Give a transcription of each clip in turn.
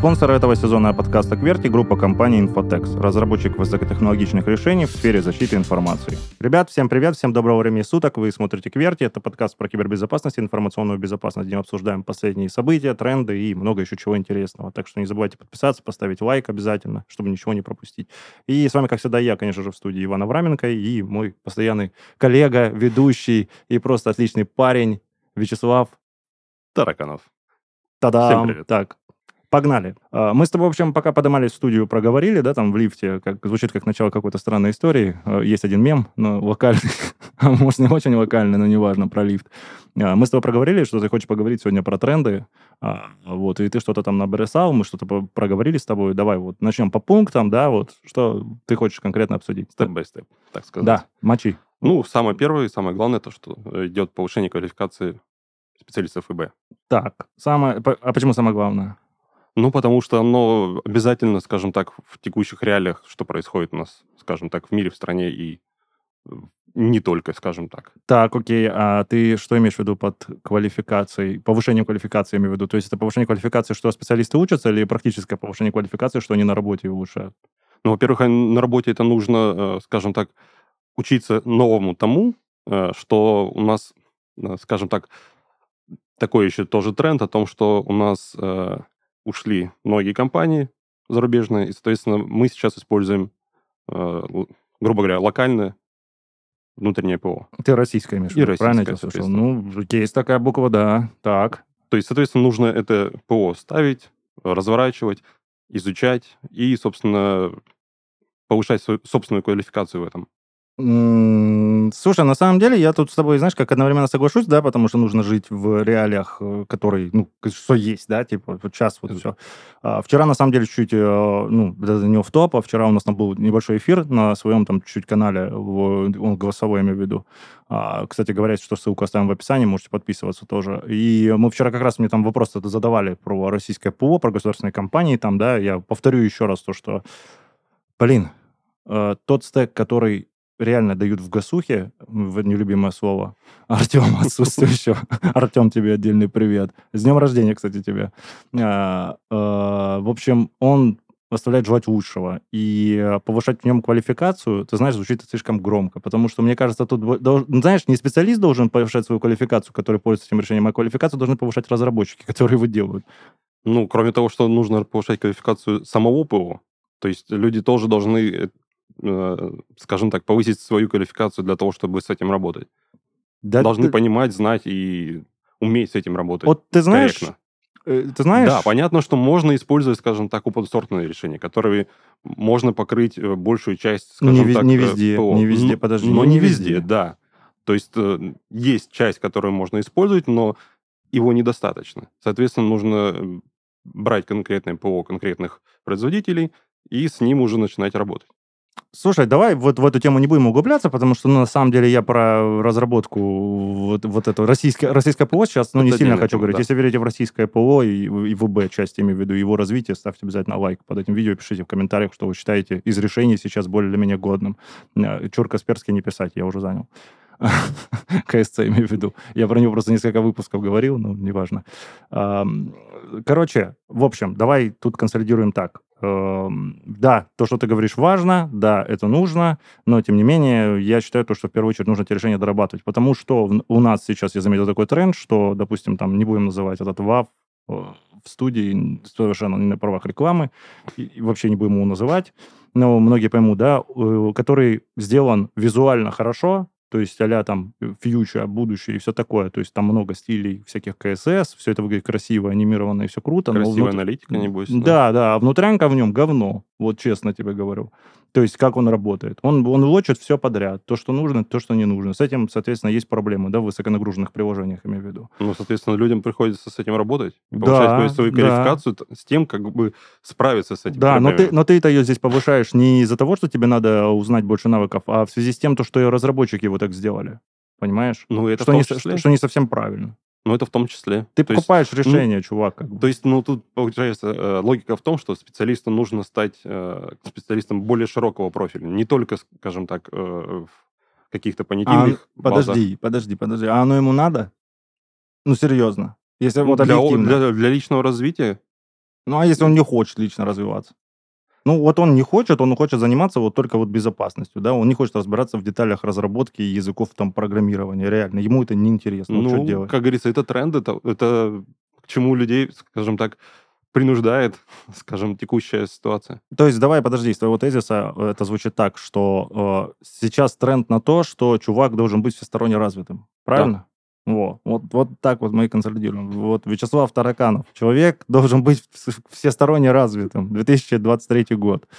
Спонсор этого сезона подкаста QWERTY — группа компании Infotex, разработчик высокотехнологичных решений в сфере защиты информации. Ребят, всем привет, всем доброго времени суток. Вы смотрите QWERTY, это подкаст про кибербезопасность, информационную безопасность, где мы обсуждаем последние события, тренды и много еще чего интересного. Так что не забывайте подписаться, поставить лайк обязательно, чтобы ничего не пропустить. И с вами, как всегда, я, конечно же, в студии Иван Авраменко и мой постоянный коллега, ведущий и просто отличный парень Вячеслав Тараканов. Та-дам! Всем привет. Так, погнали. Мы с тобой, в общем, пока поднимались в студию, проговорили, да, там в лифте, звучит как начало какой-то странной истории. Есть один мем, но локальный, а может, не очень локальный, но неважно, про лифт. Мы с тобой проговорили, что ты хочешь поговорить сегодня про тренды, вот, и ты что-то там набросал, мы что-то проговорили с тобой. Давай вот начнем по пунктам, да, вот, что ты хочешь конкретно обсудить. Степ-бай-степ, так сказать. Да, мочи. Ну, самое первое и самое главное, то, что идет повышение квалификации специалистов ИБ. Так, а почему самое главное? Ну, потому что оно обязательно, скажем так, в текущих реалиях, что происходит у нас, скажем так, в мире, в стране и не только, скажем так. Так, окей, а ты что имеешь в виду под квалификацией, повышением квалификации, я имею в виду? То есть это повышение квалификации, что специалисты учатся, или практическое повышение квалификации, что они на работе улучшают? Ну, во-первых, на работе это нужно, скажем так, учиться новому тому, что у нас, скажем так, такой еще тоже тренд о том, что у нас ушли многие компании зарубежные, и, соответственно, мы сейчас используем, грубо говоря, локальное внутреннее ПО. Ты российское имеешь в И виду, правильно я российское, тебя слышал? Ну, есть такая буква, да, так. То есть, соответственно, нужно это ПО ставить, разворачивать, изучать и, собственно, повышать свою собственную квалификацию в этом. Слушай, на самом деле я тут с тобой, знаешь, как одновременно соглашусь, да, потому что нужно жить в реалиях, которые, ну, что есть, да, типа, вот сейчас вот все. Вчера, на самом деле, чуть-чуть, ну, это не офф-топ, а вчера у нас там был небольшой эфир на своем там чуть-чуть канале, он голосовой, я имею в виду. Кстати, говорят, что ссылку оставим в описании, можете подписываться тоже. И мы вчера как раз мне там вопрос это задавали про российское ПО, про государственные компании там, да, я повторю еще раз то, что, блин, тот стек, который реально дают в гасухе, в нелюбимое слово, Артем отсутствующего. Артем, тебе отдельный привет. С днем рождения, кстати, тебе. В общем, он оставляет желать лучшего. И повышать в нем квалификацию, ты знаешь, звучит слишком громко, потому что, мне кажется, тут, знаешь, не специалист должен повышать свою квалификацию, который пользуется этим решением, а квалификацию должны повышать разработчики, которые его делают. Ну, кроме того, что нужно повышать квалификацию самого ПО, то есть люди тоже должны, скажем так, повысить свою квалификацию для того, чтобы с этим работать. Да, должны понимать, знать и уметь с этим работать. Вот ты знаешь, корректно. Ты знаешь... Да, понятно, что можно использовать, скажем так, open-source решения, которые можно покрыть большую часть, скажем так, не везде, ПО. не везде, подожди. Но не везде, да. То есть есть часть, которую можно использовать, но его недостаточно. Соответственно, нужно брать конкретное ПО конкретных производителей и с ним уже начинать работать. Слушай, давай вот в эту тему не будем углубляться, потому что, ну, на самом деле, я про разработку вот эту российское ПО сейчас, ну, не сильно хочу говорить. Да. Если верите в российское ПО и ВБ часть, имею в виду его развитие, ставьте обязательно лайк под этим видео, пишите в комментариях, что вы считаете из решений сейчас более для меня годным. Чур Касперский не писать, я уже занял. КСЦ, имею в виду. Я про него просто несколько выпусков говорил, но неважно. Короче, в общем, давай тут консолидируем так. Да, то, что ты говоришь, важно, да, это нужно, но, тем не менее, я считаю, то, что в первую очередь нужно эти решения дорабатывать, потому что у нас сейчас, я заметил такой тренд, что, допустим, там, не будем называть этот ВАВ в студии совершенно не на правах рекламы, и вообще не будем его называть, но многие поймут, да, который сделан визуально хорошо, то есть а-ля там фьючер, будущее и все такое. То есть там много стилей всяких КСС, все это выглядит красиво, анимировано и все круто. Красивая аналитика, небось. Да, а внутрянка в нем говно. Вот честно тебе говорю. То есть как он работает. Он лочит все подряд. То, что нужно, то, что не нужно. С этим, соответственно, есть проблемы, да, в высоконагруженных приложениях, имею в виду. Ну, соответственно, людям приходится с этим работать. И повышать свою квалификацию с тем, как бы справиться с этим проблемами. Да, но ты-то ее здесь повышаешь не из-за того, что тебе надо узнать больше навыков, а в связи с тем, что разработчики его так сделали. Понимаешь? Ну, это что не совсем правильно. Ну, это в том числе. Ты покупаешь решение, чувак. Как бы. То есть, ну, тут, получается, логика в том, что специалисту нужно стать специалистом более широкого профиля. Не только, скажем так, в каких-то понятийных базах. Подожди. А оно ему надо? Ну, серьезно. Если вот для личного развития, Ну, а если он не хочет лично развиваться? Ну, вот он хочет заниматься вот только вот безопасностью, да, он не хочет разбираться в деталях разработки языков там программирования, реально, ему это неинтересно, вот что Ну, делать? как говорится, это тренд, это к чему людей, скажем так, принуждает, скажем, текущая ситуация. То есть, давай, подожди, с твоего тезиса это звучит так, что сейчас тренд на то, что чувак должен быть всесторонне развитым, Да. правильно? Вот так вот мы и консолидируем. Вот Вячеслав Тараканов. Человек должен быть всесторонне развитым. 2023 год.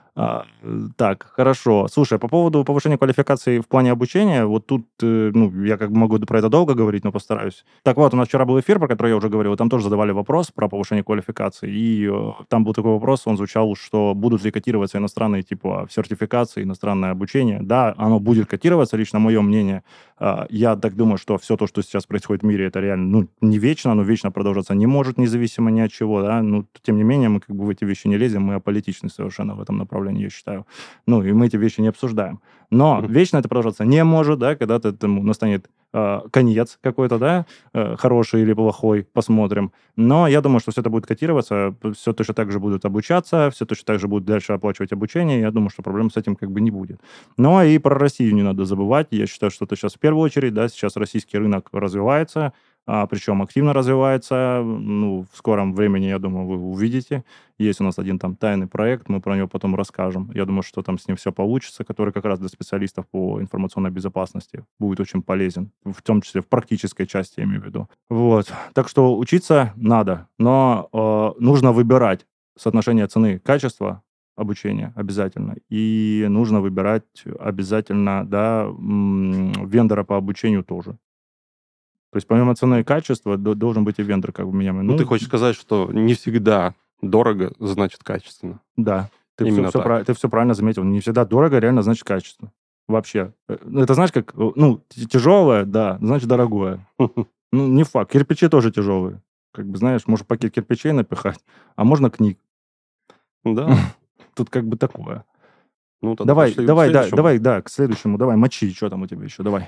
Так, хорошо. Слушай, по поводу повышения квалификации в плане обучения, вот тут, ну, я как бы могу про это долго говорить, но постараюсь. Так вот, у нас вчера был эфир, про который я уже говорил, там тоже задавали вопрос про повышение квалификации, и там был такой вопрос, он звучал, что будут ли котироваться иностранные, типа, сертификации, иностранное обучение. Да, оно будет котироваться, лично мое мнение. Я так думаю, что все то, что сейчас происходит в мире, это реально, ну, не вечно, оно вечно продолжаться не может, независимо ни от чего, да, ну, тем не менее, мы как бы в эти вещи не лезем, мы аполитичны совершенно в этом направлении, я считаю. Ну, и мы эти вещи не обсуждаем. Но Мгм. вечно это продолжаться не может, да, когда-то этому настанет конец какой-то, да, хороший или плохой, посмотрим. Но я думаю, что все это будет котироваться, все точно так же будут обучаться, все точно так же будут дальше оплачивать обучение, я думаю, что проблем с этим как бы не будет. Но и про Россию не надо забывать, я считаю, что это сейчас в первую очередь, да, сейчас российский рынок развивается, причем активно развивается, ну, в скором времени, я думаю, вы увидите. Есть у нас один там тайный проект, мы про него потом расскажем. Я думаю, что там с ним все получится, который как раз для специалистов по информационной безопасности будет очень полезен, в том числе в практической части, я имею в виду. Вот. Так что учиться надо, но нужно выбирать соотношение цены-качества обучения обязательно. И нужно выбирать обязательно, да, вендора по обучению тоже. То есть помимо цены и качества должен быть и вендор как бы меняемый. Ну, ты Ну, хочешь сказать, что не всегда дорого значит качественно. да, Именно так. ты все правильно заметил. Не всегда дорого реально значит качество. Вообще. Ну, это знаешь, как, ну, тяжелое, да, значит дорогое. Ну, не факт. Кирпичи тоже тяжелые. Как бы, знаешь, можно пакет кирпичей напихать, а можно книг. Да. Тут как бы такое. Ну, тогда Давай, пошли к давай, да, следующему. давай, да, к следующему. Давай, мочи, что там у тебя еще, давай.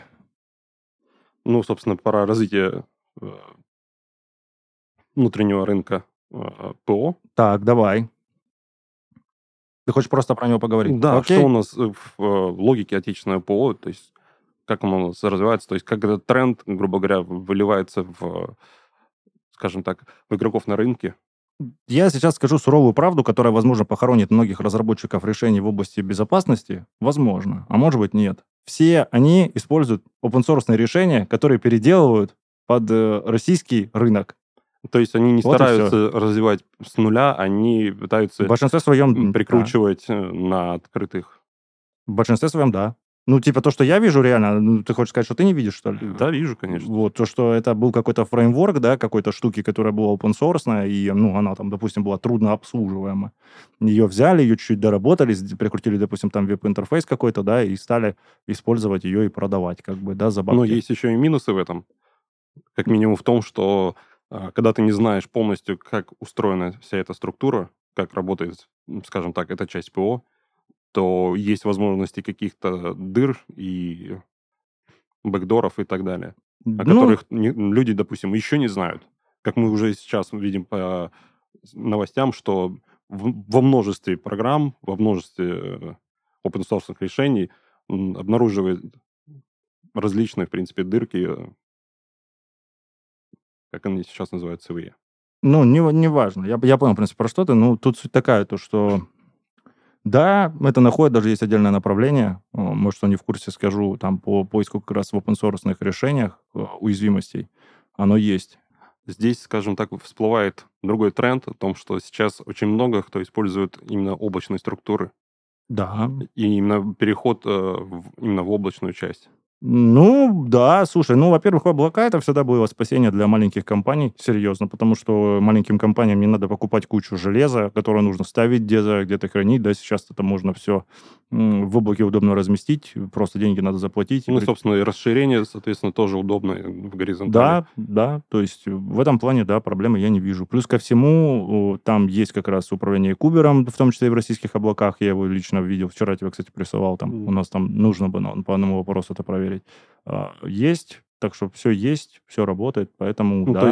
Ну, собственно, пора развития э, внутреннего рынка ПО. Так, давай. Ты хочешь просто про него поговорить? Да, что у Окей? нас в логике отечественного ПО, то есть как оно у нас развивается, то есть как этот тренд, грубо говоря, выливается в, скажем так, в игроков на рынке. Я сейчас скажу суровую правду, которая, возможно, похоронит многих разработчиков решений в области безопасности. Возможно, а может быть нет. Все они используют open-source решения, которые переделывают под российский рынок. То есть они не Вот и все. стараются развивать с нуля, они В пытаются большинстве своем, да. прикручивать на открытых. В большинстве своем, да. Ну, типа то, что я вижу реально, ну, ты хочешь сказать, что ты не видишь, что ли? Да, вижу, конечно. Вот, то, что это был какой-то фреймворк, да, какой-то штуки, которая была open source, и, ну, она там, допустим, была трудно обслуживаема. Ее взяли, ее чуть-чуть доработали, прикрутили, допустим, там веб-интерфейс какой-то, да, и стали использовать ее и продавать, как бы, да, за Но бабки. есть еще и минусы в этом. Как минимум в том, что когда ты не знаешь полностью, как устроена вся эта структура, как работает, скажем так, эта часть ПО, то есть возможности каких-то дыр и бэкдоров и так далее, о Ну, которых люди, допустим, еще не знают. Как мы уже сейчас видим по новостям, что во множестве программ, во множестве open source решений обнаруживают различные, в принципе, дырки, как они сейчас называют, ЦВЕ. ну, не важно. Я понял, в принципе, про что ты. Ну, тут суть такая, то, что да, это находит, даже есть отдельное направление, может, что не в курсе, скажу, там по поиску как раз в open-source решениях уязвимостей, оно есть. Здесь, скажем так, всплывает другой тренд о том, что сейчас очень много кто использует именно облачные структуры Да, и именно переход именно в облачную часть. ну, да, слушай, ну, во-первых, облака это всегда было спасение для маленьких компаний, серьезно, потому что маленьким компаниям не надо покупать кучу железа, которое нужно ставить где-то хранить, да, сейчас это можно все в облаке удобно разместить, просто деньги надо заплатить. Ну, собственно, и расширение, соответственно, тоже удобное в горизонтали. Да, да, то есть в этом плане, да, проблемы я не вижу. Плюс ко всему, там есть как раз управление кубером, в том числе и в российских облаках, я его лично видел, вчера тебе, кстати, присылал, там у нас там нужно бы по одному вопросу это проверить. Есть, так что все есть, все работает, поэтому Ну, то да. есть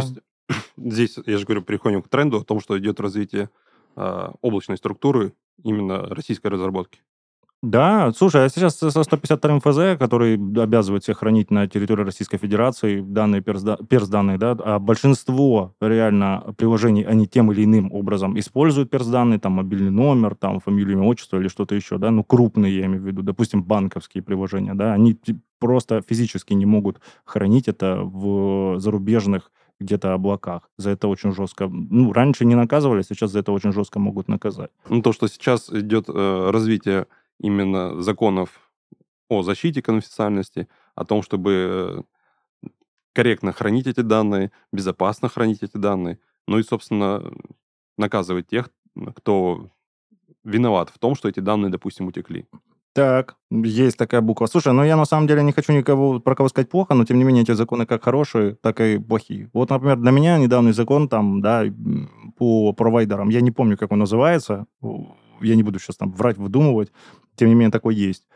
здесь, я же говорю, переходим к тренду о том, что идет развитие облачной структуры именно российской разработки. Да, слушай, а сейчас со 152 ФЗ, который обязывает всех хранить на территории Российской Федерации данные перс-данные, да, а большинство реально приложений, они тем или иным образом используют перс-данные, там, мобильный номер, там, фамилию, имя, отчество или что-то еще, да, ну, крупные, я имею в виду, допустим, банковские приложения, да, они просто физически не могут хранить это в зарубежных где-то облаках. За это очень жестко, ну, раньше не наказывали, сейчас за это очень жестко могут наказать. Ну, то, что сейчас идет развитие именно законов о защите конфиденциальности, о том, чтобы корректно хранить эти данные, безопасно хранить эти данные, ну и, собственно, наказывать тех, кто виноват в том, что эти данные, допустим, утекли. Так, есть такая буква. Слушай, ну я на самом деле не хочу никого про кого сказать плохо, но тем не менее эти законы как хорошие, так и плохие. Вот, например, для меня недавний закон там, да, по провайдерам, я не помню, как он называется, я не буду сейчас там врать, выдумывать, тем не менее такой есть.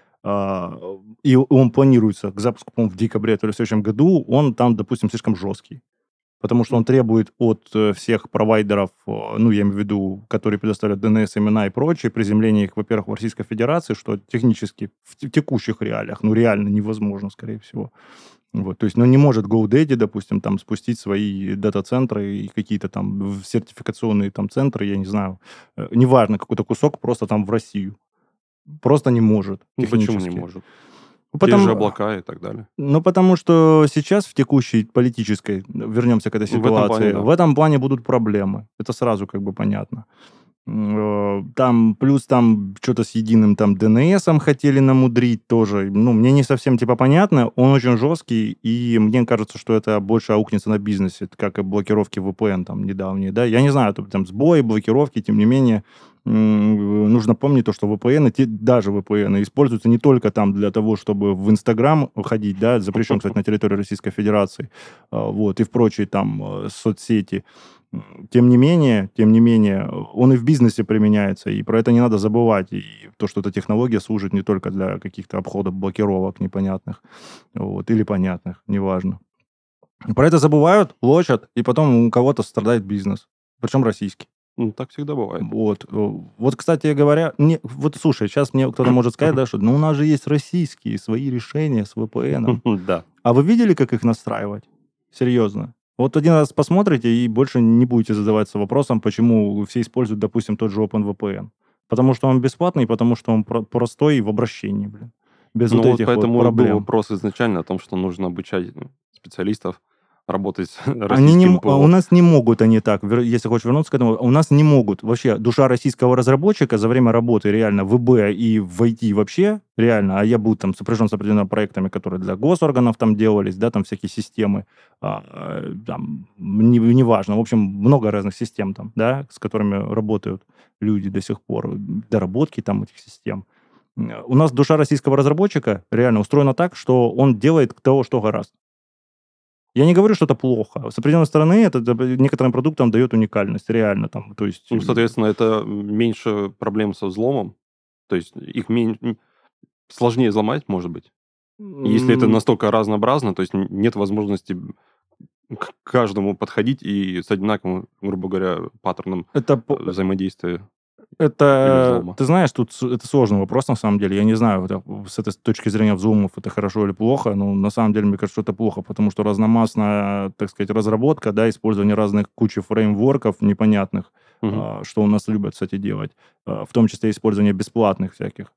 И он планируется к запуску, по-моему, в декабре, то ли в следующем году, он там, допустим, слишком жесткий. Потому что он требует от всех провайдеров, ну, я имею в виду, которые предоставляют DNS, имена и прочее, приземление их, во-первых, в Российской Федерации, что технически в текущих реалиях, ну, реально невозможно, скорее всего. Вот, то есть, ну, не может GoDaddy, допустим, там спустить свои дата-центры и какие-то там сертификационные там центры, я не знаю, неважно, какой-то кусок просто там в Россию. Просто не может Ну, почему технически. не может? Те Потому, же облака и так далее. ну, потому что сейчас в текущей политической, вернемся к этой В этом ситуации, плане, да. в этом плане будут проблемы. Это сразу как бы понятно. Там, плюс там что-то с единым там DNS хотели намудрить тоже. Ну, мне не совсем типа понятно. Он очень жесткий, и мне кажется, что это больше аукнется на бизнесе, как и блокировки VPN там недавние, да. Я не знаю, там сбои, блокировки, тем не менее, нужно помнить то, что VPN, даже VPN, используются не только там для того, чтобы в Инстаграм ходить, да, запрещен, кстати, на территории Российской Федерации, вот, и в прочие там соцсети. Тем не менее, он и в бизнесе применяется, и про это не надо забывать. И то, что эта технология служит не только для каких-то обходов, блокировок непонятных, вот, или понятных, неважно. Про это забывают, лочат, и потом у кого-то страдает бизнес, причем российский. Ну, так всегда бывает. Вот, кстати говоря, вот слушай, сейчас мне кто-то может сказать, да, что ну, у нас же есть российские свои решения с VPN. Да. А вы видели, как их настраивать? Серьезно. Вот один раз посмотрите и больше не будете задаваться вопросом, почему все используют, допустим, тот же OpenVPN. Потому что он бесплатный, потому что он простой в обращении, блин. Без Ну, вот вот этих вот поэтому и был проблем. вопрос изначально о том, что нужно обучать специалистов работать с У российским ПО. нас не могут они так, если хочешь вернуться к этому, у нас не могут. Вообще, душа российского разработчика за время работы реально в ИБ и в IT вообще, реально, а я был там сопряжен с определенными проектами, которые для госорганов там делались, да, там всякие системы, там, неважно, в общем, много разных систем там, да, с которыми работают люди до сих пор, доработки там этих систем. У нас душа российского разработчика реально устроена так, что он делает того, что гораздо. Я не говорю, что это плохо. С определенной стороны, это некоторым продуктам дает уникальность, реально. Там, то есть, Ну, соответственно, это меньше проблем со взломом. То есть их сложнее взломать, может быть. Если это настолько разнообразно, то есть нет возможности к каждому подходить и с одинаковым, грубо говоря, паттерном взаимодействия. Это, ты знаешь, тут это сложный вопрос, на самом деле. Я не знаю, с этой точки зрения взломов это хорошо или плохо, но на самом деле, мне кажется, что это плохо, потому что разномастная, так сказать, разработка, да, использование разных кучи фреймворков непонятных, что у нас любят, кстати, делать, в том числе использование бесплатных всяких.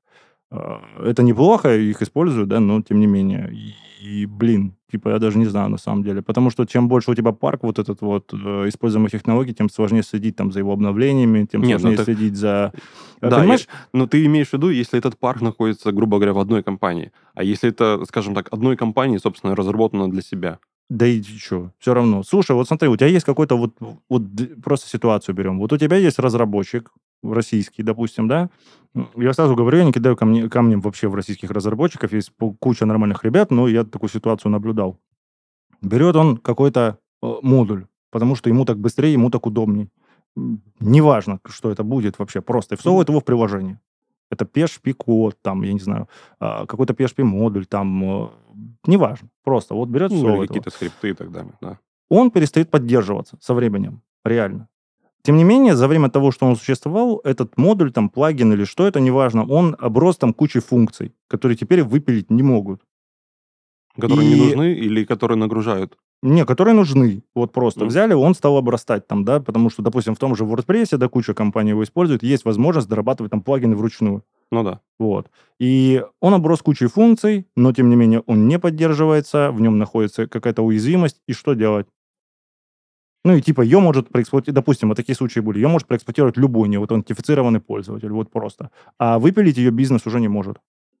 Это неплохо, их используют, да, но тем не менее. И, блин, типа, я даже не знаю на самом деле. Потому что чем больше у тебя парк вот этот вот используемых технологий, тем сложнее следить там за его обновлениями, тем сложнее следить за... Да, понимаешь? Но ты имеешь в виду, если этот парк находится, грубо говоря, в одной компании. А если это, скажем так, одной компании, собственно, разработано для себя. Да и что, все равно. Слушай, вот смотри, у тебя есть какой-то вот просто ситуацию берем. Вот у тебя есть разработчик российский, допустим, да? Я сразу говорю, я не кидаю камнем вообще в российских разработчиков. Есть куча нормальных ребят, но я такую ситуацию наблюдал. Берет он какой-то модуль, потому что ему так быстрее, ему так удобней. Неважно, что это будет вообще, просто и всовывает его в приложение. Это PHP-код, там, я не знаю, какой-то PHP-модуль, там, неважно. Просто вот берет все. Или какие-то скрипты и так далее, да. он перестает поддерживаться со временем, реально. Тем не менее, за время того, что он существовал, этот модуль, там, плагин или что это, неважно, он оброс там кучей функций, которые теперь выпилить не могут. Которые не нужны или которые нагружают? Не, которые нужны. Вот просто Мгм. взяли, он стал обрастать там, да, потому что, допустим, в том же WordPress, да, куча компаний его использует, есть возможность дорабатывать там плагины вручную. Ну да. Вот. И он оброс кучей функций, но, тем не менее, он не поддерживается, в нем находится какая-то уязвимость, и что делать? Ну, и типа ее может проэксплуатировать, допустим, вот такие случаи были, ее может проэксплуатировать любой неаутентифицированный пользователь, вот просто. А выпилить ее бизнес уже не может.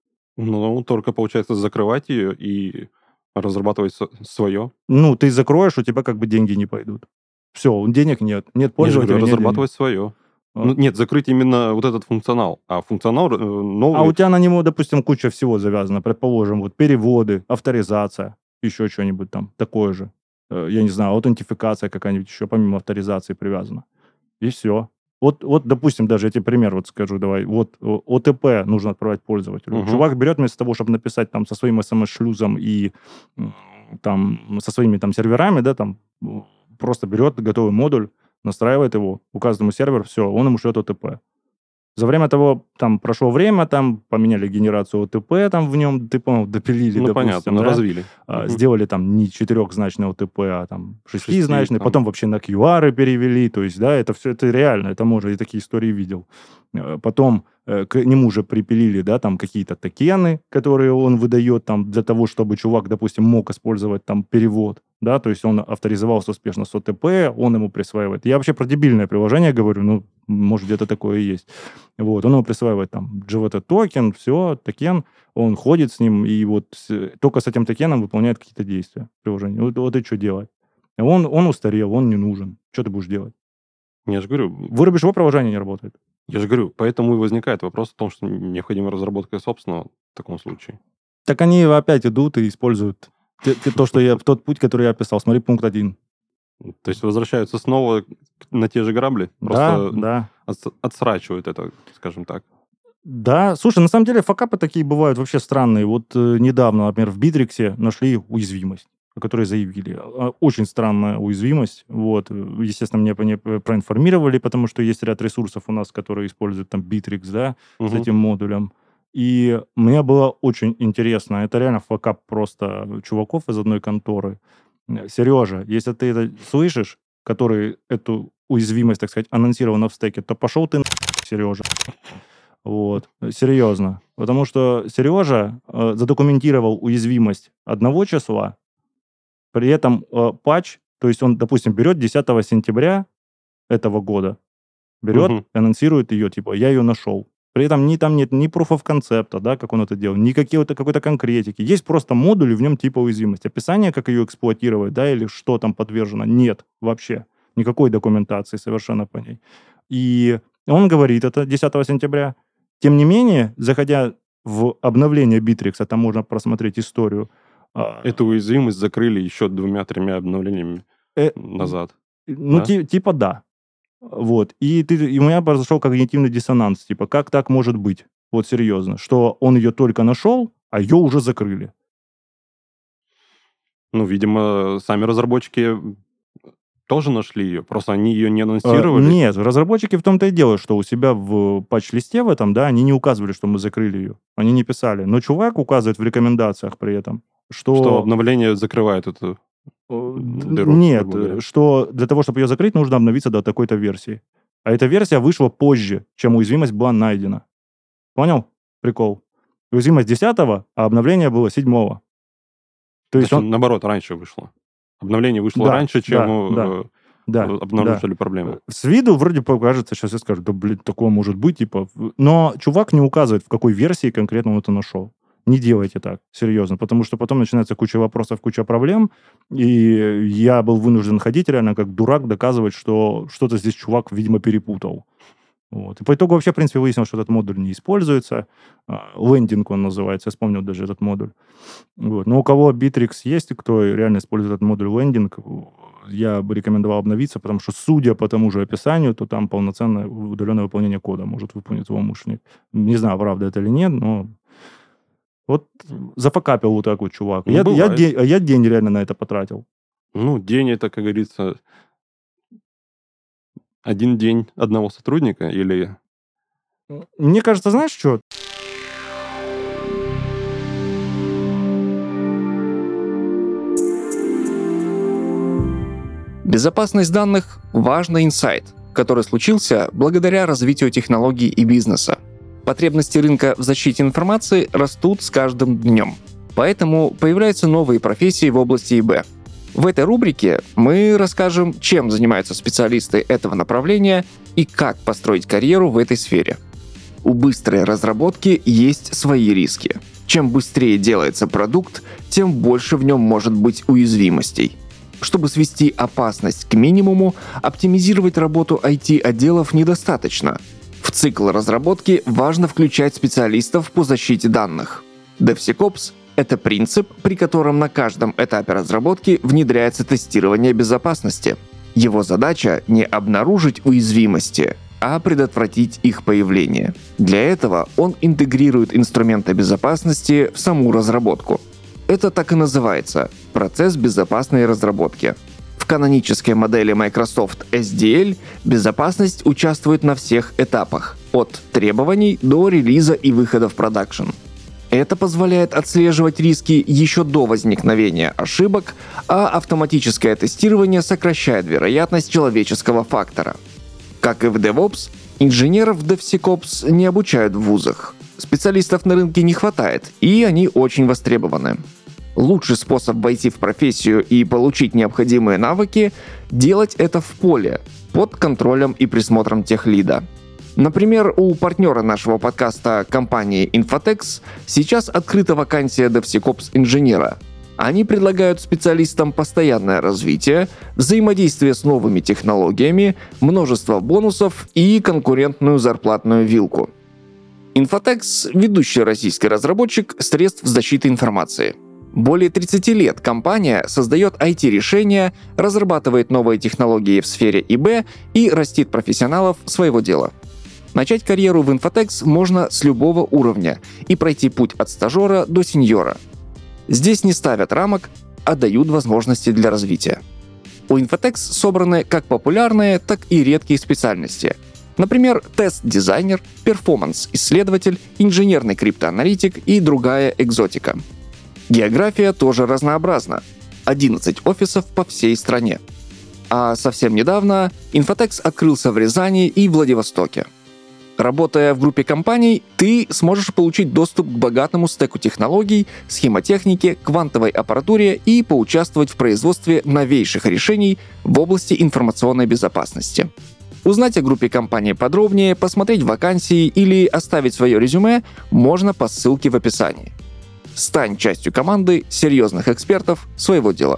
Ну, только, получается, закрывать ее и разрабатывать свое. Ну, ты закроешь, у тебя как бы деньги не пойдут. Все, денег нет. Нет Я же пользователя, говорю, нет денег. разрабатывать свое. А. Ну, нет, закрыть именно вот этот функционал. А функционал А новый... у тебя на него, допустим, куча всего завязана. Предположим, вот переводы, авторизация, еще что-нибудь там такое же. Я не знаю, аутентификация какая-нибудь еще помимо авторизации привязана. И все. Вот, допустим, даже я тебе пример вот скажу, давай. Вот ОТП нужно отправлять пользователю. Мгм. Чувак берет вместо того, чтобы написать там со своим смс-шлюзом и там со своими там серверами, да, там просто берет готовый модуль, настраивает его, указывает ему сервер, все, он ему шлет ОТП. За время того, там, прошло время, там, поменяли генерацию ОТП, там, в нем, ты понял, допилили, Ну, допустим, понятно, да? развили. Сделали там не 4-значный ОТП, а там 6-значный, там. потом вообще на QR перевели, то есть, да, это все, это реально, это можно, я такие истории видел. Потом к нему же припилили, да, там, какие-то токены, которые он выдает, там, для того, чтобы чувак, допустим, мог использовать, там, перевод, да, то есть он авторизовался успешно с ОТП, он ему присваивает. Я вообще про дебильное приложение говорю, ну, может, где-то такое и есть. Вот, он ему присваивает там JVT-токен, все, токен, он ходит с ним, и вот только с этим токеном выполняет какие-то действия приложения. Вот и что делать? Он устарел, он не нужен. Что ты будешь делать? Я же говорю, Вырубишь его, приложение не работает. я же говорю, поэтому и возникает вопрос о том, что необходима разработка собственного в таком случае. Так они опять идут и используют тот путь, который я описал. Смотри, пункт 1. То есть возвращаются снова на те же грабли, просто Да. отсрачивают это, скажем так. Да, слушай, на самом деле факапы такие бывают вообще странные. Вот недавно, например, в Битриксе нашли уязвимость, о которой заявили. Очень странная уязвимость. Вот. Естественно, меня проинформировали, потому что есть ряд ресурсов у нас, которые используют там Bittrex, да, с этим модулем. И мне было очень интересно. Это реально факап просто чуваков из одной конторы. Сережа, если ты это слышишь, который эту уязвимость, так сказать, анонсировал на стеке, то пошел ты Сережа. Вот, серьезно. Потому что Сережа задокументировал уязвимость одного числа, при этом патч, то есть он, допустим, берет 10 сентября этого года, берет и анонсирует ее, типа, я ее нашел. При этом там нет ни proof of concept, да, как он это делал, ни какой-то конкретики. Есть просто модуль, и в нем типа уязвимость. Описание, как ее эксплуатировать, да, или что там подвержено, нет вообще. Никакой документации совершенно по ней. И он говорит это 10 сентября. Тем не менее, заходя в обновление Bittrex, там можно просмотреть историю. Эту уязвимость закрыли еще 2-3 обновлениями назад. Ну, да? Типа да. Вот. И у меня произошел когнитивный диссонанс. Типа, как так может быть? Вот серьезно. Что он ее только нашел, а ее уже закрыли. Ну, видимо, сами разработчики тоже нашли ее, просто они ее не анонсировали. Нет, разработчики в том-то и дело, что у себя в патч-листе в этом, да, они не указывали, что мы закрыли ее. Они не писали. Но чувак указывает в рекомендациях при этом, Что обновление закрывает эту дыру. Нет, что для того, чтобы ее закрыть, нужно обновиться до такой-то версии. А эта версия вышла позже, чем уязвимость была найдена. Понял? Прикол. Уязвимость 10-го, а обновление было 7-го. То есть наоборот, раньше вышло. Обновление вышло раньше, чем обнаружили проблему. С виду вроде покажется, сейчас я скажу, да, блин, такое может быть, типа... Но чувак не указывает, в какой версии конкретно он это нашел. Не делайте так, серьезно, потому что потом начинается куча вопросов, куча проблем, и я был вынужден ходить реально как дурак, доказывать, что что-то здесь чувак, видимо, перепутал. Вот. И по итогу вообще, в принципе, выяснилось, что этот модуль не используется. Лендинг он называется, я вспомнил даже этот модуль. Вот. Но у кого Bittrex есть, и кто реально использует этот модуль лендинг, я бы рекомендовал обновиться, потому что, судя по тому же описанию, то там полноценное удаленное выполнение кода может выполнить злоумышленник. Не знаю, правда это или нет, но вот зафакапил вот так вот чувак. Ну, я день реально на это потратил. Ну, день это, как говорится, один день одного сотрудника или... Мне кажется, знаешь что? Безопасность данных – важный инсайт, который случился благодаря развитию технологий и бизнеса. Потребности рынка в защите информации растут с каждым днем. Поэтому появляются новые профессии в области ИБ. В этой рубрике мы расскажем, чем занимаются специалисты этого направления и как построить карьеру в этой сфере. У быстрой разработки есть свои риски. Чем быстрее делается продукт, тем больше в нем может быть уязвимостей. Чтобы свести опасность к минимуму, оптимизировать работу IT-отделов недостаточно. В цикл разработки важно включать специалистов по защите данных. DevSecOps — это принцип, при котором на каждом этапе разработки внедряется тестирование безопасности. Его задача — не обнаружить уязвимости, а предотвратить их появление. Для этого он интегрирует инструменты безопасности в саму разработку. Это так и называется – процесс безопасной разработки. В канонической модели Microsoft SDL безопасность участвует на всех этапах – от требований до релиза и выхода в продакшн. Это позволяет отслеживать риски еще до возникновения ошибок, а автоматическое тестирование сокращает вероятность человеческого фактора. Как и в DevOps, инженеров DevSecOps не обучают в вузах. Специалистов на рынке не хватает, и они очень востребованы. Лучший способ войти в профессию и получить необходимые навыки – делать это в поле, под контролем и присмотром техлида. Например, у партнера нашего подкаста компании Infotex сейчас открыта вакансия DevSecOps-инженера. Они предлагают специалистам постоянное развитие, взаимодействие с новыми технологиями, множество бонусов и конкурентную зарплатную вилку. Infotex – ведущий российский разработчик средств защиты информации. Более 30 лет компания создает IT-решения, разрабатывает новые технологии в сфере ИБ и растит профессионалов своего дела. Начать карьеру в Infotex можно с любого уровня и пройти путь от стажера до сеньора. Здесь не ставят рамок, а дают возможности для развития. У Infotex собраны как популярные, так и редкие специальности. Например, тест-дизайнер, перформанс-исследователь, инженерный криптоаналитик и другая экзотика. География тоже разнообразна. 11 офисов по всей стране. А совсем недавно Infotex открылся в Рязани и Владивостоке. Работая в группе компаний, ты сможешь получить доступ к богатому стеку технологий, схемотехнике, квантовой аппаратуре и поучаствовать в производстве новейших решений в области информационной безопасности. Узнать о группе компании подробнее, посмотреть вакансии или оставить свое резюме можно по ссылке в описании. Стань частью команды серьезных экспертов своего дела.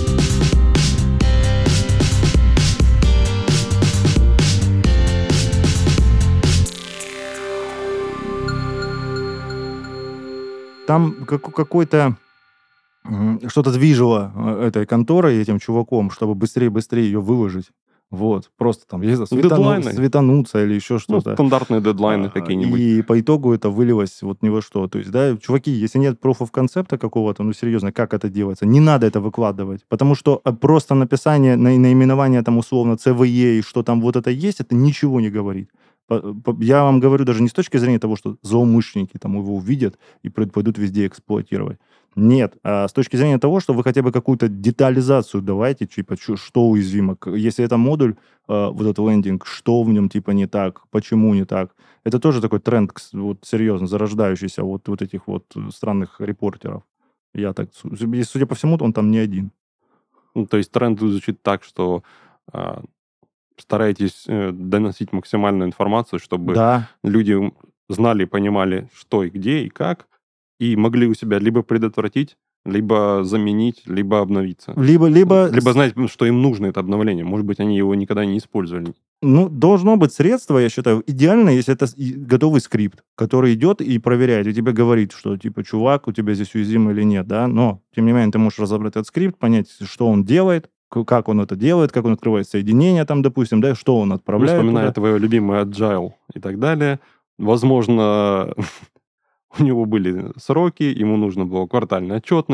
Там какой-то что-то движило этой конторой, этим чуваком, чтобы быстрее ее выложить. Вот, просто там, я не знаю, светануться или еще что-то. Ну, стандартные дедлайны какие-нибудь. И по итогу это вылилось вот ни во что. То есть, да, чуваки, если нет proof of concept какого-то, ну, серьезно, как это делается? Не надо это выкладывать, потому что просто написание, наименование там условно CVE и что там вот это есть, это ничего не говорит. Я вам говорю даже не с точки зрения того, что злоумышленники там его увидят и пойдут везде эксплуатировать. Нет, а с точки зрения того, что вы хотя бы какую-то детализацию давайте, типа, что уязвимо. Если это модуль, вот этот лендинг, что в нем, типа, не так, почему не так. Это тоже такой тренд, вот, серьезно, зарождающийся вот этих вот странных репортеров. Я так, судя по всему, он там не один. Ну, то есть тренд звучит так, что старайтесь доносить максимальную информацию, чтобы люди знали, понимали, что и где, и как, и могли у себя либо предотвратить, либо заменить, либо обновиться. Либо знать, что им нужно это обновление. Может быть, они его никогда не использовали. Ну, должно быть средство, я считаю. Идеально, если это готовый скрипт, который идет и проверяет, и тебе говорит, что, типа, чувак, у тебя здесь уязвимо или нет, да, но, тем не менее, ты можешь разобрать этот скрипт, понять, что он делает, как он это делает, как он открывает соединение, там, допустим, да, что он отправляет. Вспоминая твое любимое Agile и так далее, возможно, у него были сроки, ему нужна была квартальная отчетность,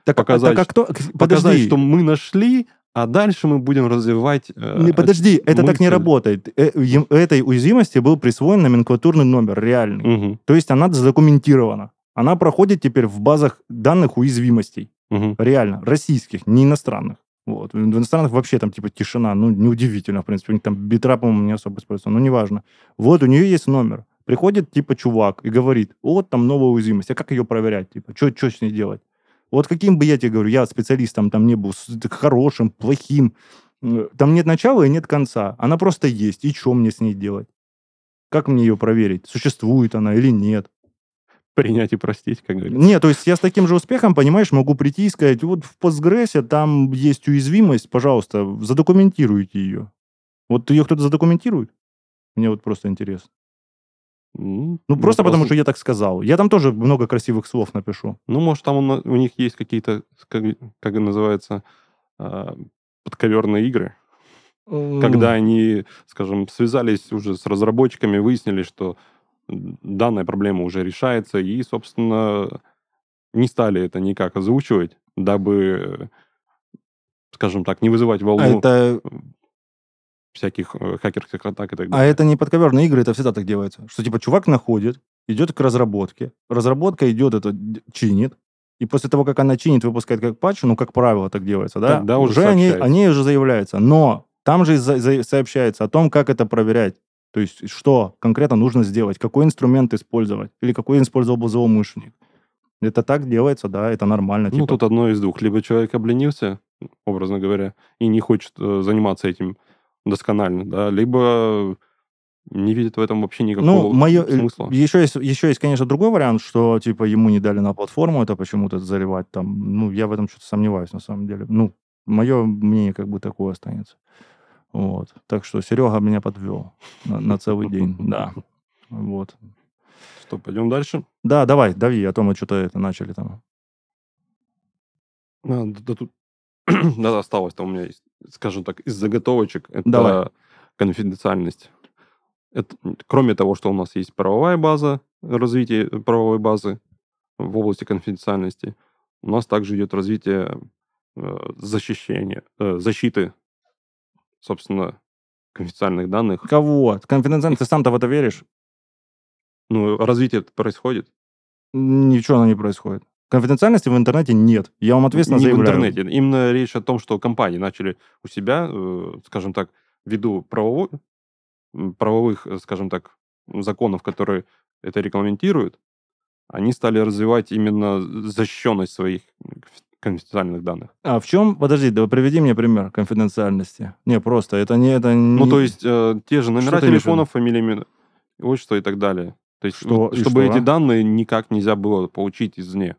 показать, Подожди. показать, что мы нашли, а дальше мы будем развивать... Подожди, это так не мысль. работает. Этой уязвимости был присвоен номенклатурный номер, реальный. Мгм, То есть она задокументирована. Она проходит теперь в базах данных уязвимостей. мгм. Реально, российских, не иностранных. Вот. В иностранных вообще там типа тишина. Ну, неудивительно, в принципе. У них там битра, по-моему, не особо используется. Ну, неважно. Вот, у нее есть номер. Приходит типа чувак и говорит, вот там новая уязвимость. А как ее проверять? Типа, что с ней делать? Вот каким бы я тебе говорю, я специалистом там не был, хорошим, плохим. Там нет начала и нет конца. Она просто есть. И что мне с ней делать? Как мне ее проверить? Существует она или нет? Принять и простить, как говорится. Нет, то есть я с таким же успехом, понимаешь, могу прийти и сказать, вот в Postgres там есть уязвимость, пожалуйста, задокументируйте ее. Вот ее кто-то задокументирует? Мне вот просто интересно. Ну, просто потому, что я так сказал. Я там тоже много красивых слов напишу. Ну, может, там у них есть какие-то, как это называется, подковерные игры, когда они, скажем, связались уже с разработчиками, выяснили, что данная проблема уже решается, и, собственно, не стали это никак озвучивать, дабы, скажем так, не вызывать волну это... всяких хакерских атак и так А далее. это не подковерные игры, это всегда так делается. Что типа чувак находит, идет к разработке, разработка идет, это чинит, и после того, как она чинит, выпускает как патч, ну, как правило, так делается, да? Тогда уже сообщается. они уже заявляются. Но там же сообщается о том, как это проверять. То есть, что конкретно нужно сделать, какой инструмент использовать, или какой использовал бы злоумышленник. Это так делается, да, это нормально. Ну, тут одно из двух. Либо человек обленился, образно говоря, и не хочет заниматься этим досконально, да, либо не видит в этом вообще никакого смысла. Еще есть, конечно, другой вариант, что, типа, ему не дали на платформу это почему-то заливать там. Ну, я в этом что-то сомневаюсь, на самом деле. Ну, мое мнение как бы такое останется. Вот. Так что Серега меня подвел на целый день, да. Вот. Что, пойдем дальше? Да, давай, дави, а то мы что-то это начали там. Да, тут да, осталось-то у меня есть, скажем так, из заготовочек. Это Давай. конфиденциальность. Это, кроме того, что у нас есть правовая база, развитие правовой базы в области конфиденциальности, у нас также идет развитие защиты, собственно, конфиденциальных данных. Кого? Конфиденциально, ты сам-то в это веришь? Ну, развитие происходит. Ничего не происходит. Конфиденциальности в интернете нет. Я вам ответственно заявляю. Не в интернете. Именно речь о том, что компании начали у себя, скажем так, ввиду правовых, скажем так, законов, которые это регламентируют, они стали развивать именно защищенность своих конфиденциальных данных. А в чем? Подожди, да приведи мне пример конфиденциальности. Не, просто это не... Ну, то есть те же номера Что ты имеешь в виду? телефонов, фамилии, имена, отчество и так далее. То есть, Что? И чтобы что? эти данные никак нельзя было получить извне.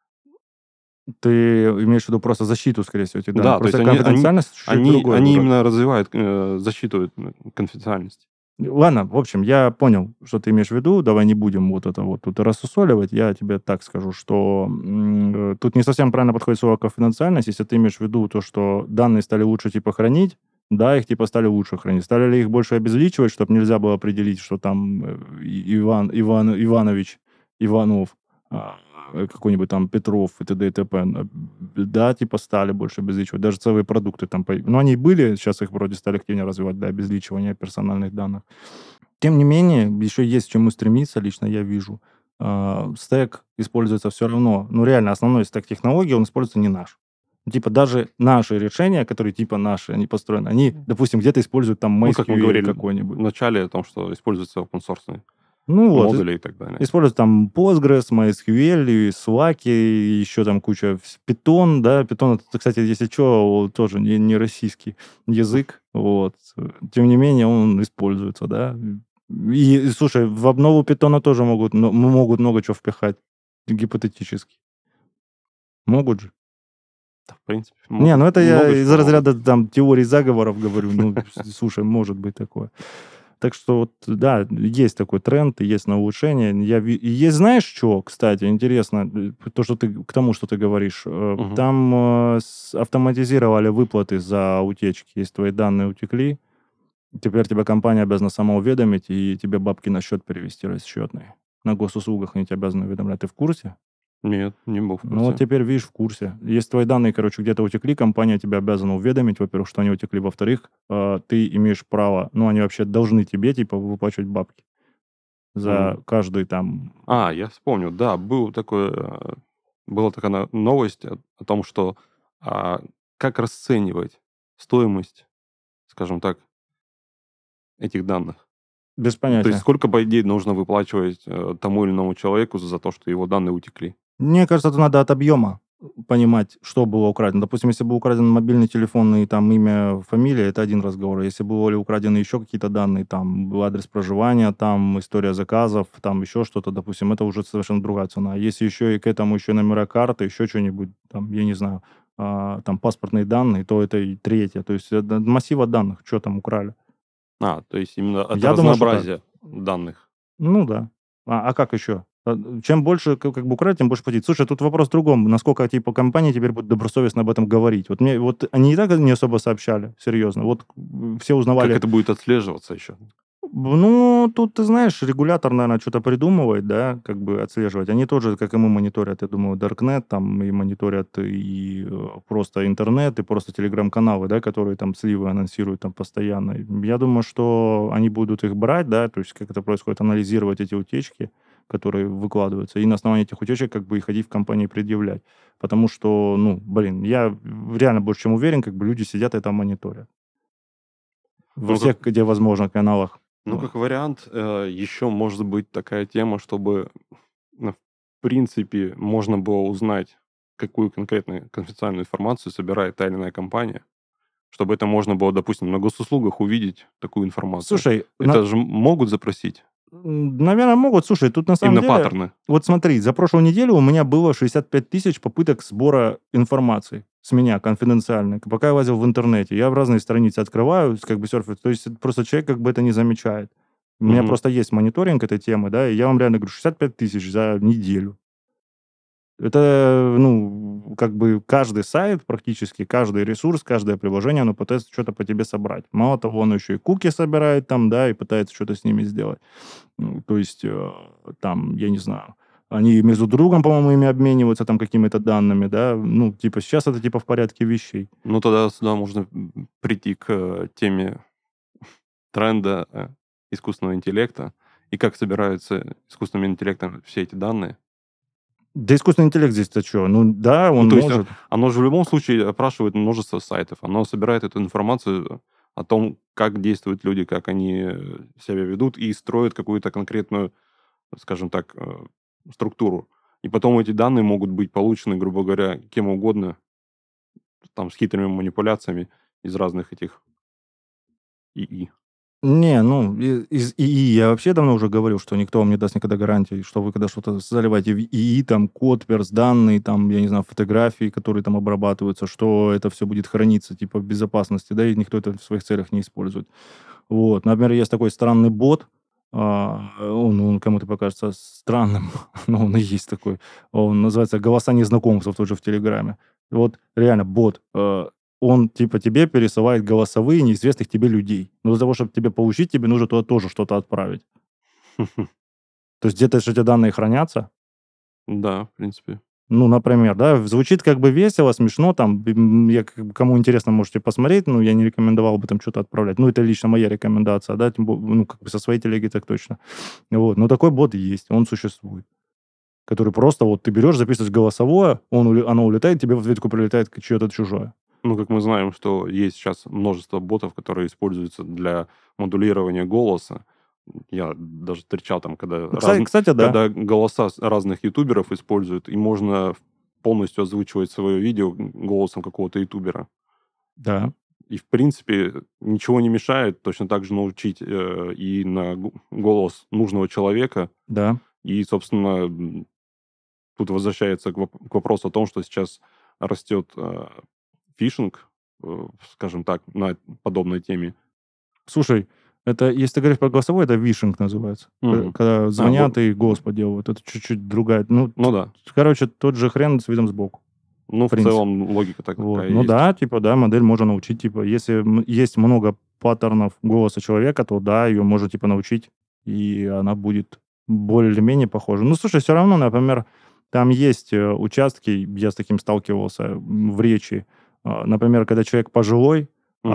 Ты имеешь в виду просто защиту, скорее всего, этих данных? Да, то Просто есть они- конфиденциальность чуть-чуть другое. Они дурак. именно развивают защиту конфиденциальности. Ладно, в общем, я понял, что ты имеешь в виду. Давай не будем вот это вот тут рассусоливать. Я тебе так скажу, что тут не совсем правильно подходит слово конфиденциальность, если ты имеешь в виду то, что данные стали лучше типа хранить. Да, их типа стали лучше хранить. Стали ли их больше обезличивать, чтобы нельзя было определить, что там Иванович, Иванов, какой-нибудь там Петров и т.д. и т.п. Да, типа стали больше обезличивать. Даже целые продукты там... Ну, они были, сейчас их вроде стали активнее развивать для обезличивания персональных данных. Тем не менее, еще есть к чему стремиться, лично я вижу. Стэк используется все равно. Ну, реально, основной стэк технологий, он используется не наш. Типа даже наши решения, которые типа наши, они построены, они, допустим, где-то используют там Ну, как мы MySQL говорили какой-нибудь. в начале о том, что используются open-source Ну вот, модули и так далее. используют там Postgres, MySQL, и Slack, и еще там куча... Python, да, Python, это, кстати, если что, тоже не российский язык, вот. Тем не менее, он используется, да. И, слушай, в обнову Python тоже могут много чего впихать, гипотетически. Могут же. Да, в принципе. Не, ну это я много из чего разряда там теорий заговоров говорю. Ну, слушай, может быть такое. Так что, вот, да, есть такой тренд, и есть на улучшение. Есть, знаешь, что, кстати, интересно, то, что ты, к тому, что ты говоришь. Там автоматизировали выплаты за утечки. Если твои данные утекли, теперь тебя компания обязана сама уведомить, и тебе бабки на счет перевести расчетные. На госуслугах они тебя обязаны уведомлять. Ты в курсе? Нет, не был в Ну, вот курсе. теперь, видишь, в курсе. Если твои данные, короче, где-то утекли, компания тебя обязана уведомить, во-первых, что они утекли, во-вторых, ты имеешь право, ну, они вообще должны тебе, типа, выплачивать бабки за М. каждый там... Я вспомнил, да, была такая новость о том, что а, как расценивать стоимость, скажем так, этих данных. Без То есть понятия. сколько, по идее, нужно выплачивать тому или иному человеку за то, что его данные утекли. Мне кажется, это надо от объема понимать, что было украдено. Допустим, если был украден мобильный телефон и там имя, фамилия, это один разговор. Если были украдены еще какие-то данные, там был адрес проживания, там история заказов, там еще что-то, допустим, это уже совершенно другая цена. Если еще и к этому еще номера карты, еще что-нибудь, там, я не знаю, там паспортные данные, то это и третье. То есть это массива данных, что там украли. То есть именно от Я думаю, что так. разнообразия данных. Ну да. А как еще? Чем больше как бы украсть, тем больше платить. Слушай, тут вопрос в другом. Насколько типа компании теперь будут добросовестно об этом говорить? Вот мне вот они и так не особо сообщали, серьезно. Вот все Как узнавали. это будет отслеживаться еще? Ну, тут, ты знаешь, регулятор, наверное, что-то придумывает, да, как бы отслеживать. Они тоже, как и мы, мониторят, я думаю, Darknet, там, и мониторят и просто интернет, и просто телеграм-каналы, да, которые там сливы анонсируют там постоянно. Я думаю, что они будут их брать, да, то есть как это происходит, анализировать эти утечки, которые выкладываются, и на основании этих утечек как бы и ходить в компании предъявлять. Потому что, ну, блин, я реально больше чем уверен, как бы люди сидят и там мониторят. Во Ну, всех, где возможно, каналах. Ну, как вариант, еще может быть такая тема, чтобы, в принципе, можно было узнать, какую конкретную конфиденциальную информацию собирает та или иная компания, чтобы это можно было, допустим, на госуслугах увидеть такую информацию. Слушай, Это же могут запросить? наверное, могут. Слушай, тут на самом Именно деле... паттерны. Вот смотри, за прошлую неделю у меня было 65 тысяч попыток сбора информации с меня, конфиденциальной, пока я лазил в интернете. Я в разные страницы открываю, как бы серфить. То есть просто человек как бы это не замечает. У меня Мгм. просто есть мониторинг этой темы, да, и я вам реально говорю, 65 тысяч за неделю. Это, ну, как бы каждый сайт, практически каждый ресурс, каждое приложение, оно пытается что-то по тебе собрать. Мало того, он еще и куки собирает там, да, и пытается что-то с ними сделать. Ну, то есть, там, я не знаю, они между другом, по-моему, ими обмениваются там какими-то данными, да. Ну, типа, сейчас это типа в порядке вещей. Ну, тогда сюда можно прийти к теме тренда искусственного интеллекта и как собираются искусственным интеллектом все эти данные. Да искусственный интеллект здесь-то что? Ну, да, он то есть может. оно же в любом случае опрашивает множество сайтов. Оно собирает эту информацию о том, как действуют люди, как они себя ведут, и строит какую-то конкретную, скажем так, структуру. И потом эти данные могут быть получены, грубо говоря, кем угодно, там, с хитрыми манипуляциями из разных этих ИИ. Не, ну, из ИИ я вообще давно уже говорил, что никто вам не даст никогда гарантии, что вы когда что-то заливаете в ИИ, там, код, перс, данные, там, я не знаю, фотографии, которые там обрабатываются, что это все будет храниться, типа, в безопасности, да, и никто это в своих целях не использует. Вот. Например, есть такой странный бот, он кому-то покажется странным, но он и есть такой. Он называется «Голоса незнакомцев», тоже в Телеграме. Вот реально бот, он типа тебе пересылает голосовые неизвестных тебе людей. Но для того, чтобы тебе получить, тебе нужно туда тоже что-то отправить. То есть где-то же эти данные хранятся. Да, в принципе. Ну, например, да, звучит как бы весело, смешно, там, кому интересно, можете посмотреть, но я не рекомендовал бы там что-то отправлять. Ну, это лично моя рекомендация, да, ну, как бы со своей телеги так точно. Вот, но такой бот есть, он существует, который просто вот ты берешь, записываешь голосовое, оно улетает, тебе в ответку прилетает чье-то чужое. Ну, как мы знаем, что есть сейчас множество ботов, которые используются для модулирования голоса. Я даже встречал там, Кстати, да. когда голоса разных ютуберов используют, и можно полностью озвучивать свое видео голосом какого-то ютубера. Да. И, в принципе, ничего не мешает точно так же научить и на голос нужного человека. Да. И, собственно, тут возвращается к вопросу о том, что сейчас растет фишинг, скажем так, на подобной теме. Слушай, это, если ты говоришь про голосовой, это вишинг называется. Мгм. Когда звонят вот. и голос подделывают. Это чуть-чуть другая. Ну, Ну да. короче, тот же хрен с видом сбоку. Ну, в принципе. целом, логика такая Вот. есть. Ну да, типа, да, модель можно научить, типа, если есть много паттернов голоса человека, то да, ее можно, типа, научить, и она будет более-менее похожа. Ну, слушай, все равно, например, Там есть участки, я с таким сталкивался в речи. Например, когда человек пожилой,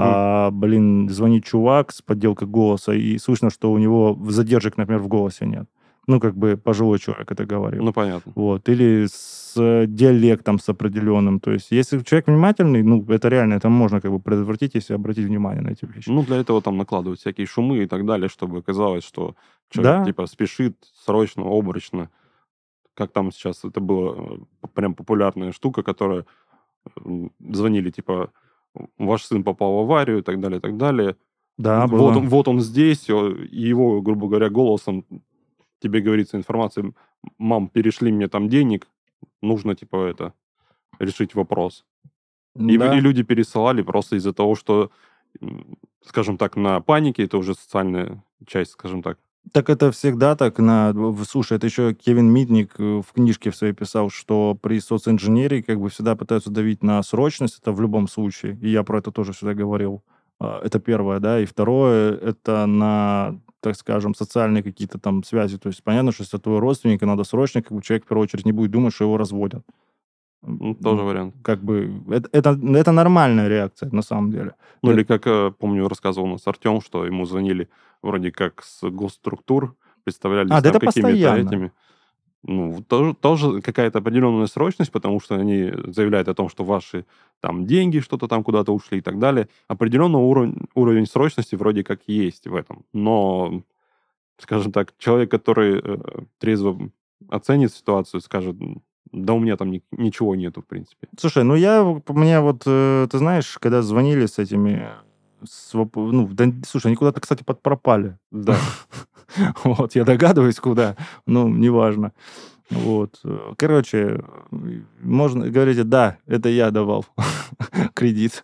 звонит чувак с подделкой голоса, и слышно, что у него задержек, например, в голосе нет. Ну, как бы пожилой человек это говорил. Ну, понятно. Вот. Или с диалектом с определенным. То есть, если человек внимательный, ну, это реально, это можно как бы предотвратить, если обратить внимание на эти вещи. Ну, для этого там накладывают всякие шумы и так далее, чтобы казалось, что человек, типа, спешит срочно, обрачно. Как там сейчас это была прям популярная штука, которая звонили, типа, ваш сын попал в аварию и так далее, и так далее. Да, было. Вот он здесь, и его, грубо говоря, голосом тебе говорится информация, мам, перешли мне там денег, нужно, типа, решить вопрос. И люди пересылали просто из-за того, что, скажем так, на панике, это уже социальная часть, скажем так. Так это всегда так. Слушай, это еще Кевин Митник в книжке в своей писал, что при социнженерии как бы всегда пытаются давить на срочность, это в любом случае. И я про это тоже всегда говорил. Это первое, да. И второе, это на, так скажем, социальные какие-то там связи. То есть понятно, что если твой родственник, и надо срочно, как бы человек в первую очередь не будет думать, что его разводят. Тоже вариант. Как бы это нормальная реакция, на самом деле. Ну, или как, помню, рассказывал у нас Артем, что ему звонили вроде как с госструктур, представлялись да там это какими-то постоянно. этими. Ну, тоже какая-то определенная срочность, потому что они заявляют о том, что ваши там деньги что-то там куда-то ушли и так далее. Определенный уровень срочности вроде как есть в этом. Но, скажем так, человек, который трезво оценит ситуацию, скажет, да у меня там ничего нету, в принципе. Слушай, мне вот, ты знаешь, когда звонили с этими, слушай, они куда-то, кстати, пропали. Да. Вот, я догадываюсь, куда, неважно. Вот, короче, можно, говорите, да, это я давал кредит.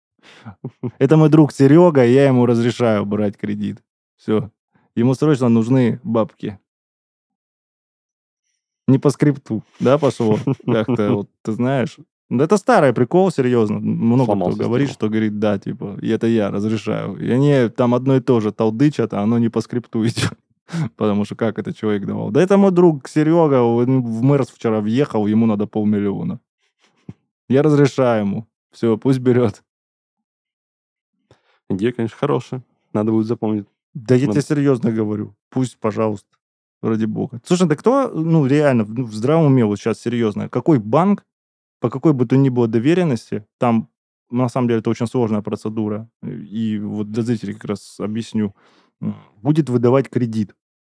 Это мой друг Серега, и я ему разрешаю брать кредит. Все. Ему срочно нужны бабки. Не по скрипту, да, пошло? Как-то, вот, ты знаешь. Это старый прикол, серьезно. Много Сломался кто говорит, стимул. что говорит, да, типа, и это я разрешаю. И они там одно и то же толдычат, а оно не по скрипту идет. Потому что как это человек давал? Да это мой друг Серега, он в Мэрс вчера въехал, ему надо 500 000. Я разрешаю ему. Все, пусть берет. Идея, конечно, хорошая. Надо будет запомнить. Да я тебе серьезно говорю. Пусть, пожалуйста. Ради бога. Слушай, да кто, реально, в здравом уме, вот сейчас серьезно, какой банк, по какой бы то ни было доверенности, там, на самом деле, это очень сложная процедура, и вот для зрителей как раз объясню, будет выдавать кредит.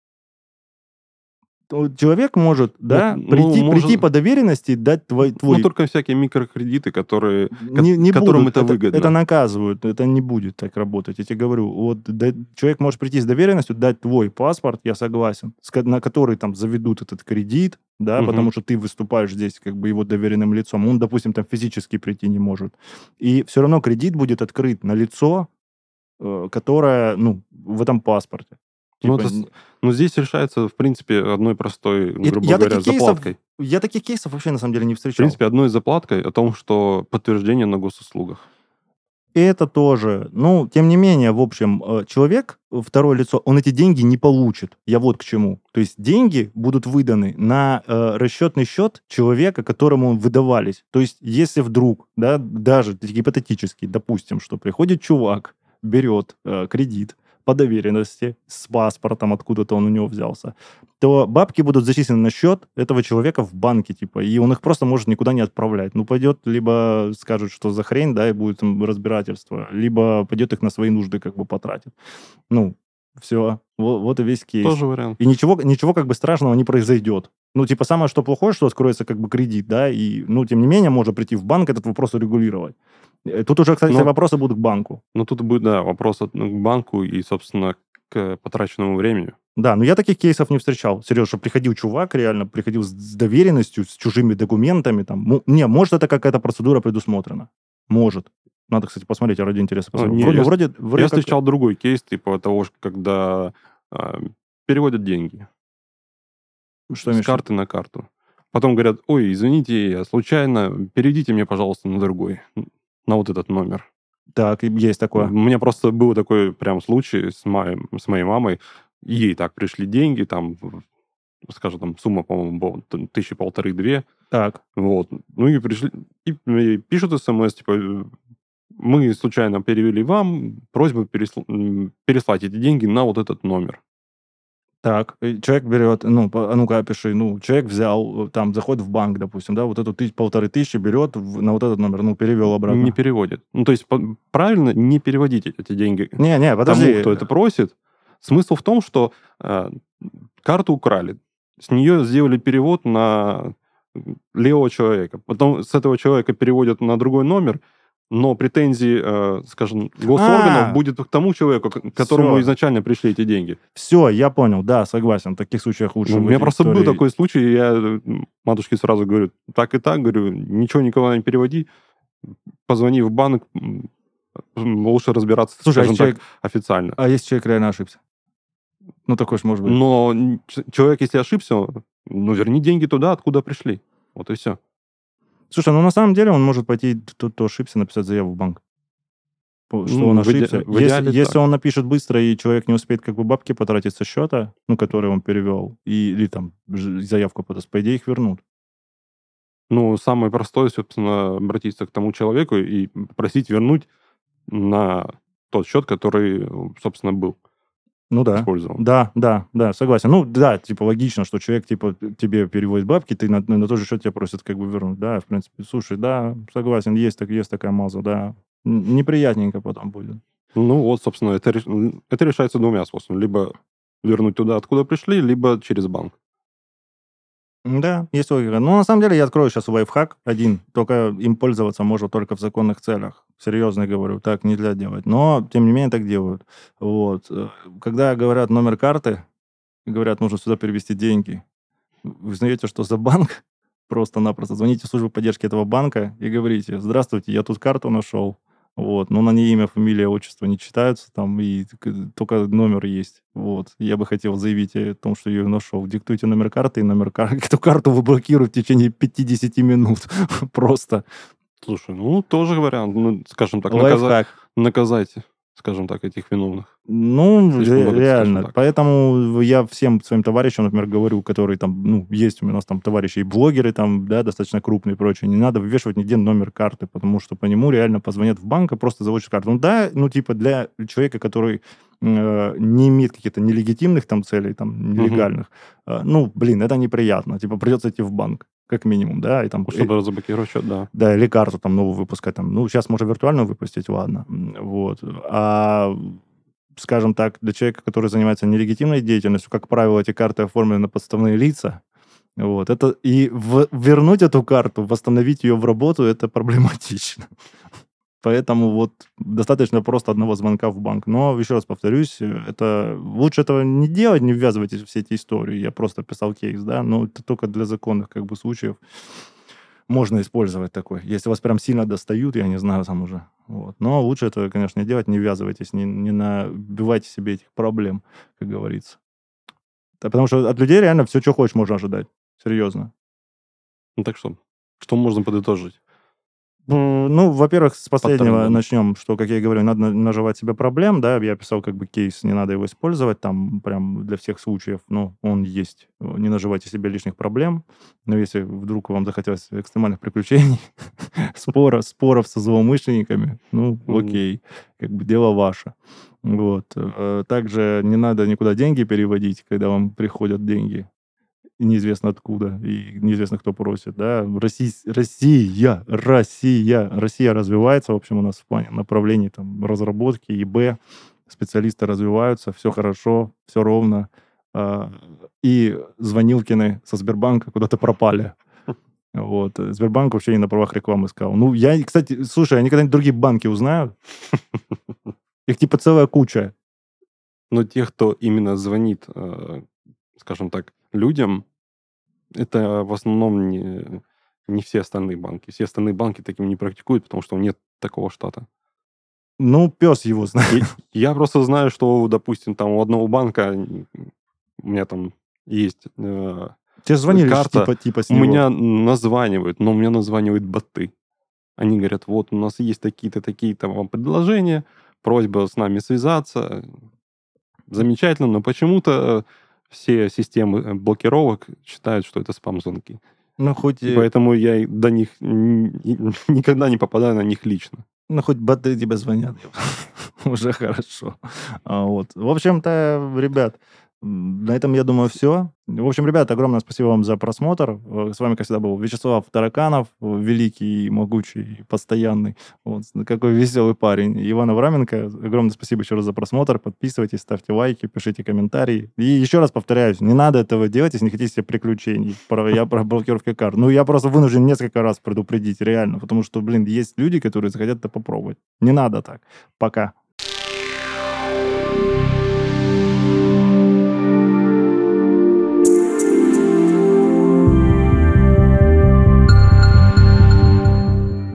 Человек может, да, прийти по доверенности и дать твой... Ну, только всякие микрокредиты, которым будут, это выгодно. Это наказывают, это не будет так работать. Я тебе говорю, вот человек может прийти с доверенностью, дать твой паспорт, я согласен, на который там заведут этот кредит, да, потому что ты выступаешь здесь как бы его доверенным лицом. Он, допустим, там физически прийти не может. И все равно кредит будет открыт на лицо, которое, в этом паспорте. Здесь решается, в принципе, одной простой, грубо говоря, заплаткой. Я таких кейсов вообще, на самом деле, не встречал. В принципе, одной заплаткой о том, что подтверждение на госуслугах. И это тоже. Тем не менее, в общем, человек, второе лицо, он эти деньги не получит. Я вот к чему. То есть деньги будут выданы на расчетный счет человека, которому выдавались. То есть если вдруг, да, даже гипотетически, допустим, что приходит чувак, берет кредит, по доверенности, с паспортом, откуда-то он у него взялся, то бабки будут зачислены на счет этого человека в банке, типа, и он их просто может никуда не отправлять. Пойдет, либо скажет, что за хрень, да, и будет там разбирательство, либо пойдет их на свои нужды как бы потратит. Все. Вот и весь кейс. Тоже вариант. И ничего как бы страшного не произойдет. Самое что плохое, что откроется как бы кредит, да, и, тем не менее, можно прийти в банк этот вопрос урегулировать. Тут уже, кстати, вопросы будут к банку. Тут будет, да, вопрос к банку и, собственно, к потраченному времени. Да, но я таких кейсов не встречал. Серьезно, что приходил чувак, реально приходил с доверенностью, с чужими документами. Там. Может, это какая-то процедура предусмотрена. Может. Надо, кстати, посмотреть, ради интереса. Я встречал другой кейс, типа того, когда переводят деньги с карты на карту. Потом говорят, ой, извините, я случайно, переведите мне, пожалуйста, на другой, на вот этот номер. Так, есть такое. У меня просто был такой прям случай с моей мамой. Ей так пришли деньги, там скажем, там сумма, по-моему, была 1,5-2 тысячи. Так. Вот. Ну и пришли, и пишут смс, типа, мы случайно перевели вам, просьба переслать эти деньги на вот этот номер. Так, и человек берет, ну, ну-ка, опиши, ну, человек взял, там, заходит в банк, допустим, да, вот эту 1500 берет на вот этот номер, ну, перевел обратно. Не переводит. Ну, то есть, правильно не переводить эти деньги Не, подожди. тому, кто это просит. Смысл в том, что карту украли, с нее сделали перевод на левого человека, потом с этого человека переводят на другой номер, но претензии, скажем, госорганов будет к тому человеку, которому Всё. изначально пришли эти деньги. Все, я понял, да, согласен, в таких случаях лучше. У в меня этой просто был истории- такой случай, я матушке сразу говорю, так и так, говорю, ничего никого не переводи, позвони в банк, лучше разбираться, Слушай, скажем так, официально. а если человек реально ошибся? Ну, такой ж может быть. Но человек, если ошибся, ну, верни деньги туда, откуда пришли. Вот и все. Слушай, ну, на самом деле он может пойти, тот, кто ошибся, написать заяву в банк. Что он ошибся. в идеале Если так. он напишет быстро, и человек не успеет как бы бабки потратить со счета, ну, который он перевел, или там заявку подаст, по идее, их вернут. Ну, самое простое, собственно, обратиться к тому человеку и попросить вернуть на тот счет, который, собственно, был Ну да. использован. Да, согласен. Ну да, типа логично, что человек типа тебе переводит бабки, ты на тот же счет тебя просят как бы вернуть. Да, в принципе, слушай, да, согласен, есть такая маза, да. Неприятненько потом будет. Ну, вот, собственно, это решается двумя способами. Либо вернуть туда, откуда пришли, либо через банк. Да, есть логика. Но на самом деле я открою сейчас лайфхак один, только им пользоваться можно только в законных целях. Серьезно говорю, так нельзя делать. Но, тем не менее, так делают. Вот. Когда говорят номер карты, говорят, нужно сюда перевести деньги, вы знаете, что за банк? Просто-напросто звоните в службу поддержки этого банка и говорите, здравствуйте, я тут карту нашел. Вот, но на ней имя, фамилия, отчество не читаются, там и только номер есть. Вот, я бы хотел заявить о том, что я ее нашел. Диктуйте номер карты, и номер карты. Эту карту вы блокируете в течение 50 минут. Просто. Слушай, ну, тоже вариант. Ну, скажем так, Лайфхак. наказать, скажем так, этих виновных. Ну, Слишком много, скажем реально. так. Поэтому я всем своим товарищам, например, говорю, которые там, ну, есть у нас там товарищи и блогеры там, да, достаточно крупные и прочее, не надо вывешивать нигде номер карты, потому что по нему реально позвонят в банк и просто залучат карту. Ну да, ну типа для человека, который не имеет каких-то нелегитимных там целей, там, нелегальных, ну, блин, это неприятно. Типа придется идти в банк, как минимум, да, и там... Чтобы заблокировать счет, да. Да, или карту там новую выпускать. Там. Ну, сейчас можно виртуальную выпустить, ладно. Вот. А, скажем так, для человека, который занимается нелегитимной деятельностью, как правило, эти карты оформлены на подставные лица. Вот. Это, и вернуть эту карту, восстановить ее в работу, это проблематично. Поэтому вот достаточно просто одного звонка в банк. Но, еще раз повторюсь, лучше этого не делать, не ввязывайтесь в все эти истории. Я просто писал кейс, да, но это только для законных как бы случаев можно использовать такой. Если вас прям сильно достают, я не знаю там уже. Вот. Но лучше это, конечно, не делать, не ввязывайтесь, не набивайте себе этих проблем, как говорится. Да, потому что от людей реально все, что хочешь, можно ожидать. Серьезно. Ну, так что можно подытожить? Ну, во-первых, с последнего Паттерн, да. начнем, что, как я и говорю, надо наживать себе проблем, да, я писал как бы кейс, не надо его использовать, там прям для всех случаев, ну, он есть, не наживайте себе лишних проблем, но если вдруг вам захотелось экстремальных приключений, споров со злоумышленниками, ну, окей, как бы дело ваше. Вот. Также не надо никуда деньги переводить, когда вам приходят деньги, и неизвестно откуда, и неизвестно, кто просит, да. Россия развивается, в общем, у нас в плане направлений там, разработки, ИБ, специалисты развиваются, все хорошо, все ровно. И звонилкины со Сбербанка куда-то пропали. Вот. Сбербанк вообще не на правах рекламы сказал. Ну, кстати, слушай, они когда-нибудь другие банки узнают? Их типа целая куча. Но те, кто именно звонит, скажем так, людям, это в основном не все остальные банки. Все остальные банки таким не практикуют, потому что нет такого штата. Ну, пес его знает. Я просто знаю, что, допустим, там у одного банка у меня там есть Тебе звонили карта, типа с у него. меня названивают, но у меня названивают боты. Они говорят, вот у нас есть такие-то вам предложения, просьба с нами связаться. Замечательно, но почему-то все системы блокировок считают, что это спам-звонки. Ну, хоть... И поэтому я до них никогда не попадаю на них лично. Ну, хоть боты тебе звонят. Уже хорошо. Вот. В общем-то, ребят, на этом, я думаю, все. В общем, ребята, огромное спасибо вам за просмотр. С вами, как всегда, был Вячеслав Тараканов, великий, могучий, постоянный. Вот. Какой веселый парень. Иван Авраменко. Огромное спасибо еще раз за просмотр. Подписывайтесь, ставьте лайки, пишите комментарии. И еще раз повторяюсь, не надо этого делать, если не хотите себе приключений. Я про блокировки карт. Ну, я просто вынужден несколько раз предупредить, реально. Потому что, есть люди, которые захотят это попробовать. Не надо так. Пока.